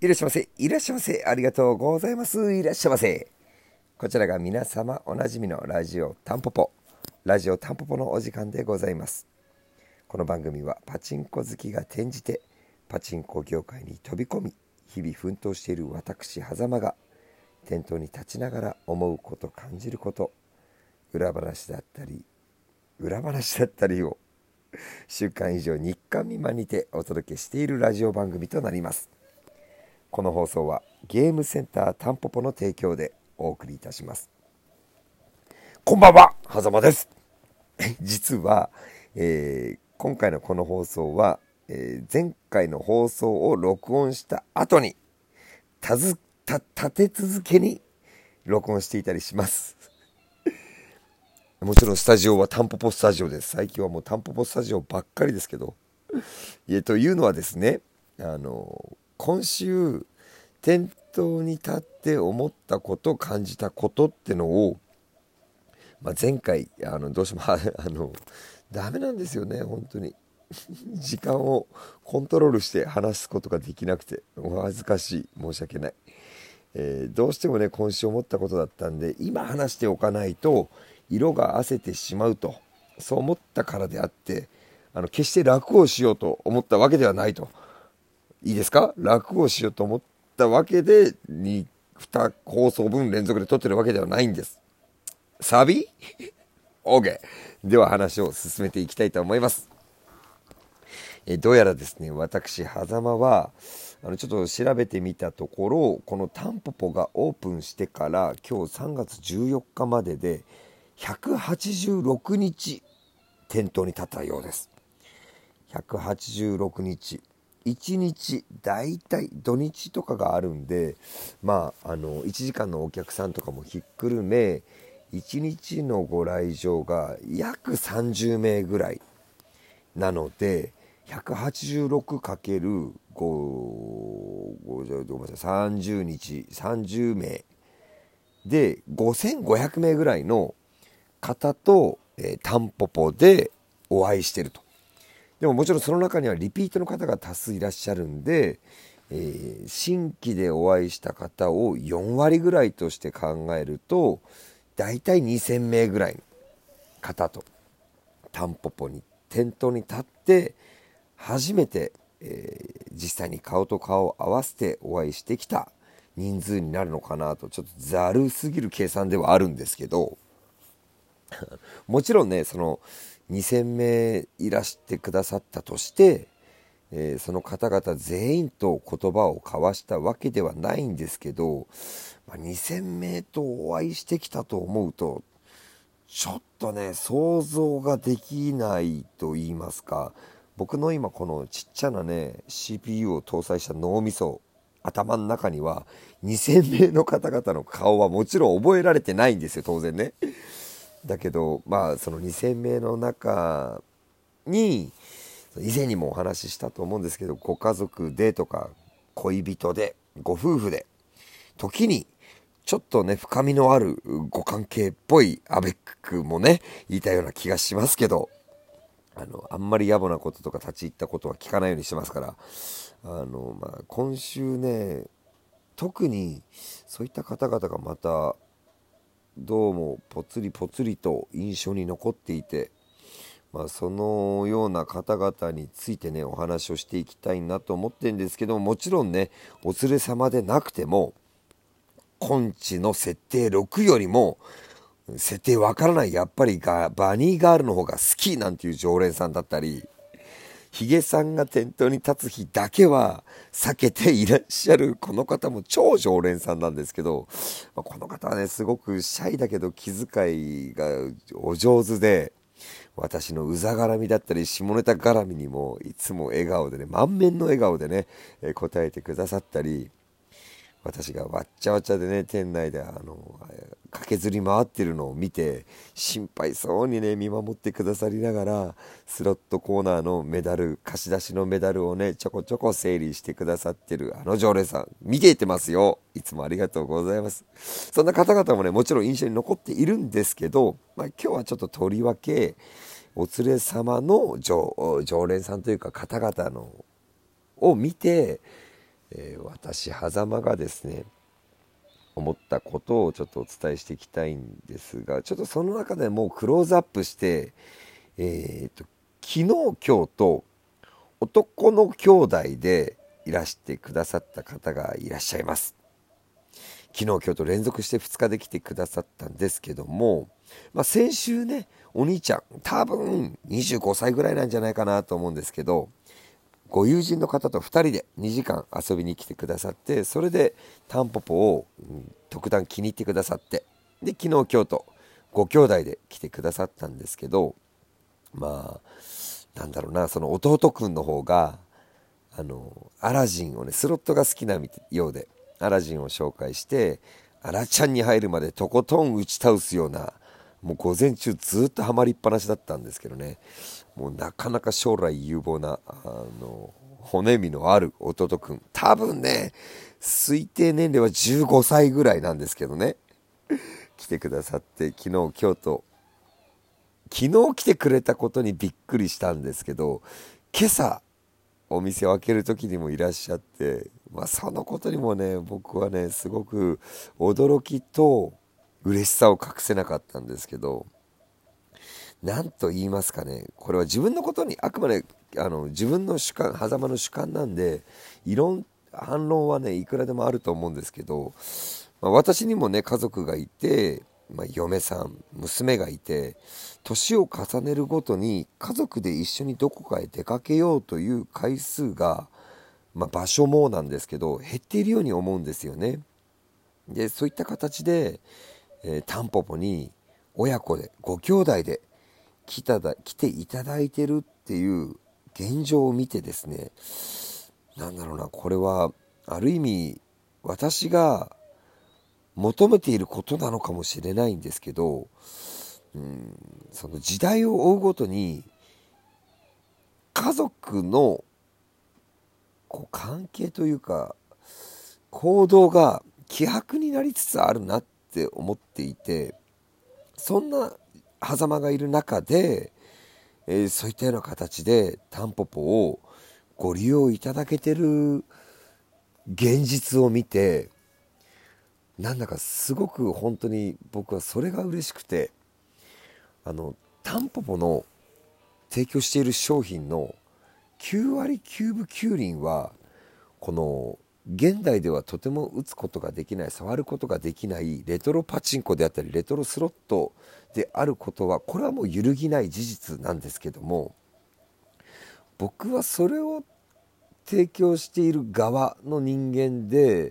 いらっしゃいませ、いらっしゃいませ、ありがとうございます、いらっしゃいませ。こちらが皆様おなじみのラジオタンポポのお時間でございます。この番組はパチンコ好きが転じてパチンコ業界に飛び込み、日々奮闘している私狭間が店頭に立ちながら思うこと、感じること、裏話だったりを週間以上日間未満にてお届けしているラジオ番組となります。この放送はゲームセンタータンポポの提供でお送りいたします。こんばんは、狭間です。実は、今回のこの放送は、前回の放送を録音した後に立て続けに録音していたりします。もちろんスタジオはタンポポスタジオです。最近はもうタンポポスタジオばっかりですけど、というのはですね、今週店頭に立って思ったこと、感じたことってのを、前回どうしてもダメなんですよね、本当に時間をコントロールして話すことができなくてお恥ずかしい、申し訳ない。どうしてもね、今週思ったことだったんで今話しておかないと色が褪せてしまうと、そう思ったからであって、決して楽をしようと思ったわけではないと。いいですか？楽をしようと思ったわけで2放送分連続で撮ってるわけではないんです。サビOK。 では話を進めていきたいと思います。どうやらですね、私狭間はちょっと調べてみたところ、このタンポポがオープンしてから今日3月14日までで186日店頭に立ったようです。186日、1日だいたい土日とかがあるんで、1時間のお客さんとかもひっくるめ1日のご来場が約30名ぐらいなので、 186×30 日30名で5500名ぐらいの方と、タンポポでお会いしてると。でももちろんその中にはリピートの方が多数いらっしゃるんで、新規でお会いした方を4割ぐらいとして考えると、だいたい2000名ぐらいの方とタンポポに店頭に立って初めて、実際に顔と顔を合わせてお会いしてきた人数になるのかなと、ちょっとざるすぎる計算ではあるんですけど、もちろんね、その2000名いらしてくださったとして、その方々全員と言葉を交わしたわけではないんですけど、2000名とお会いしてきたと思うと、ちょっとね、想像ができないと言いますか、僕の今このちっちゃなね CPU を搭載した脳みそ、頭の中には2000名の方々の顔はもちろん覚えられてないんですよ、当然ね。だけどその2000名の中に、以前にもお話ししたと思うんですけど、ご家族でとか恋人でご夫婦で、時にちょっとね深みのあるご関係っぽいアベックもね言いたような気がしますけど、あんまり野暮なこととか立ち入ったことは聞かないようにしてますから、今週ね、特にそういった方々がまたどうもぽつりぽつりと印象に残っていて、そのような方々についてねお話をしていきたいなと思ってるんですけども、もちろんねお連れ様でなくても、今地の設定6よりも設定わからない、やっぱりバニーガールの方が好きなんていう常連さんだったり、ヒゲさんが店頭に立つ日だけは避けていらっしゃるこの方も超常連さんなんですけど、この方はねすごくシャイだけど気遣いがお上手で、私のうざ絡みだったり下ネタ絡みにもいつも笑顔でね、満面の笑顔でね、答えてくださったり、私がわっちゃわちゃでね店内で駆けずり回ってるのを見て心配そうにね見守ってくださりながら、スロットコーナーのメダル、貸し出しのメダルをねちょこちょこ整理してくださってる常連さん、見ていてますよ、いつもありがとうございます。そんな方々もねもちろん印象に残っているんですけど、今日はちょっととりわけお連れ様の常連さんというか方々のを見て、 私狭間がですね思ったことをちょっとお伝えしていきたいんですが、ちょっとその中でもうクローズアップして、昨日今日と男の兄弟でいらしてくださった方がいらっしゃいます。昨日今日と連続して2日で来てくださったんですけども、先週ねお兄ちゃん多分25歳ぐらいなんじゃないかなと思うんですけど、ご友人の方と2人で2時間遊びに来てくださって、それでタンポポを、特段気に入ってくださって、で昨日今日とご兄弟で来てくださったんですけど、なんだろうな、その弟くんの方がアラジンをね、スロットが好きなようでアラジンを紹介して、アラちゃんに入るまでとことん打ち倒すような、もう午前中ずっとハマりっぱなしだったんですけどね、もうなかなか将来有望な骨身のある弟くん、多分ね推定年齢は15歳ぐらいなんですけどね、来てくださって、昨日今日と昨日来てくれたことにびっくりしたんですけど、今朝お店を開ける時にもいらっしゃって、そのことにもね僕はねすごく驚きと嬉しさを隠せなかったんですけど、なんと言いますかね、これは自分のことにあくまで自分の主観、狭間の主観なんで、反論はねいくらでもあると思うんですけど、私にもね家族がいて、嫁さん娘がいて、年を重ねるごとに家族で一緒にどこかへ出かけようという回数が、場所もなんですけど減っているように思うんですよね。でそういった形で、タンポポに親子でご兄弟で来ていただいてるっていう現状を見てですね、なんだろうな、これはある意味私が求めていることなのかもしれないんですけど、その時代を追うごとに家族の関係というか行動が希薄になりつつあるなって思っていて、そんな狭間がいる中で、そういったような形でタンポポをご利用いただけてる現実を見て、なんだかすごく本当に僕はそれが嬉しくて、タンポポの提供している商品の9割9分9厘はこの現代ではとても打つことができない、触ることができないレトロパチンコであったりレトロスロットであることは、これはもう揺るぎない事実なんですけども、僕はそれを提供している側の人間で、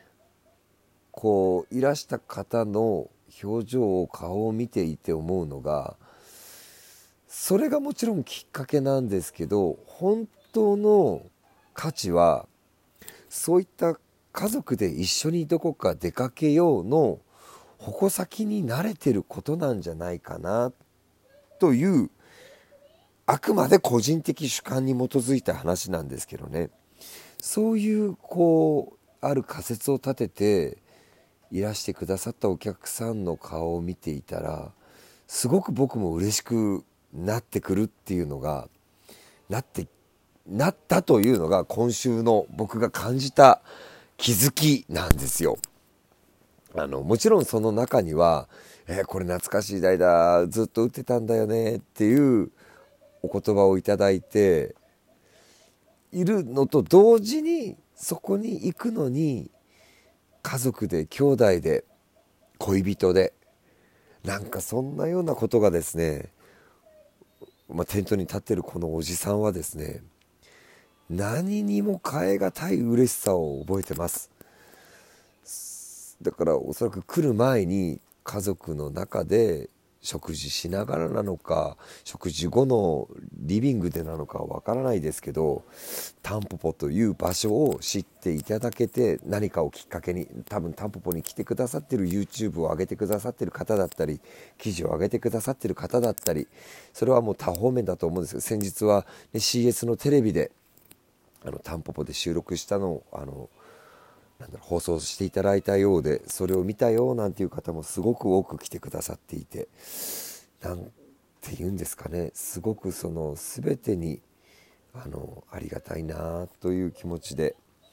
いらした方の表情、顔を見ていて思うのが、それがもちろんきっかけなんですけど、本当の価値はそういった家族で一緒にどこか出かけようの矛先に慣れてることなんじゃないかなという、あくまで個人的主観に基づいた話なんですけどね、そういうある仮説を立てていらしてくださったお客さんの顔を見ていたら、すごく僕も嬉しくなってくるっていうのがなったというのが今週の僕が感じた気づきなんですよ。もちろんその中には、これ懐かしい題だ、ずっと打ってたんだよねっていうお言葉をいただいているのと同時に、そこに行くのに家族で兄弟で恋人で、なんかそんなようなことがですね、テントに立ってるこのおじさんはですね、何にも代え難い嬉しさを覚えてます。だからおそらく来る前に家族の中で食事しながらなのか、食事後のリビングでなのかわからないですけど、タンポポという場所を知っていただけて、何かをきっかけに、多分タンポポに来てくださってる YouTube を上げてくださってる方だったり、記事を上げてくださってる方だったり、それはもう多方面だと思うんですけど、先日は、CS のテレビでタンポポで収録したのを放送していただいたようで、それを見たよなんていう方もすごく多く来てくださっていて、なんていうんですかね、すごく全てにありがたいなという気持ちで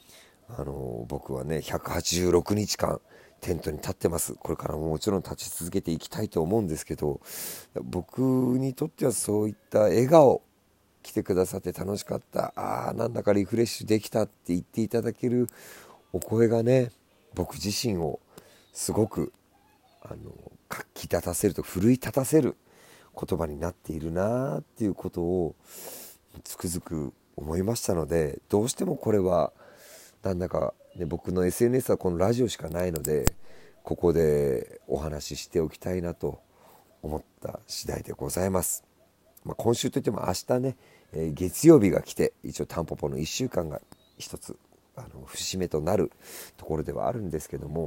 僕はね186日間テントに立ってます。これからももちろん立ち続けていきたいと思うんですけど、僕にとってはそういった笑顔、来てくださって楽しかった、なんだかリフレッシュできたって言っていただけるお声がね、僕自身をすごく活気立たせると奮い立たせる言葉になっているなっていうことをつくづく思いましたので、どうしてもこれはなんだか、ね、僕の SNS はこのラジオしかないので、ここでお話ししておきたいなと思った次第でございます。今週といっても明日ね、月曜日が来て、一応タンポポの1週間が一つ節目となるところではあるんですけども、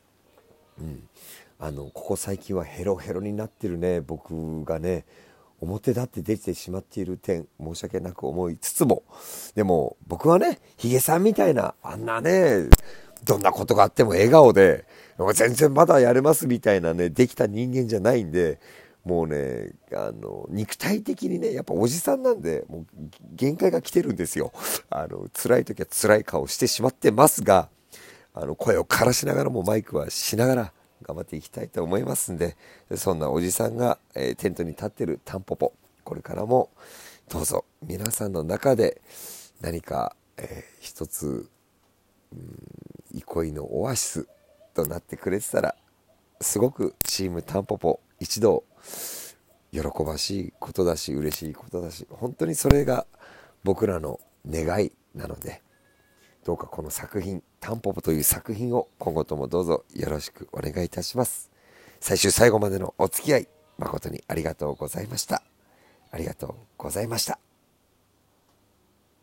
ここ最近はヘロヘロになってるね、僕がね表立って出てしまっている点、申し訳なく思いつつも、でも僕はねヒゲさんみたいなあんなね、どんなことがあっても笑顔で全然まだやれますみたいなねできた人間じゃないんで、もうね肉体的にねやっぱおじさんなんでもう限界が来てるんですよ。辛い時は辛い顔してしまってますが、声を枯らしながらもマイクはしながら頑張っていきたいと思いますんで、そんなおじさんが、テントに立ってるタンポポ、これからもどうぞ皆さんの中で何か、一つ憩いのオアシスとなってくれてたら、すごくチームタンポポ一同喜ばしいことだし嬉しいことだし、本当にそれが僕らの願いなので、どうかこの作品、タンポポという作品を今後ともどうぞよろしくお願いいたします。最終最後までのお付き合い誠にありがとうございました。ありがとうございました。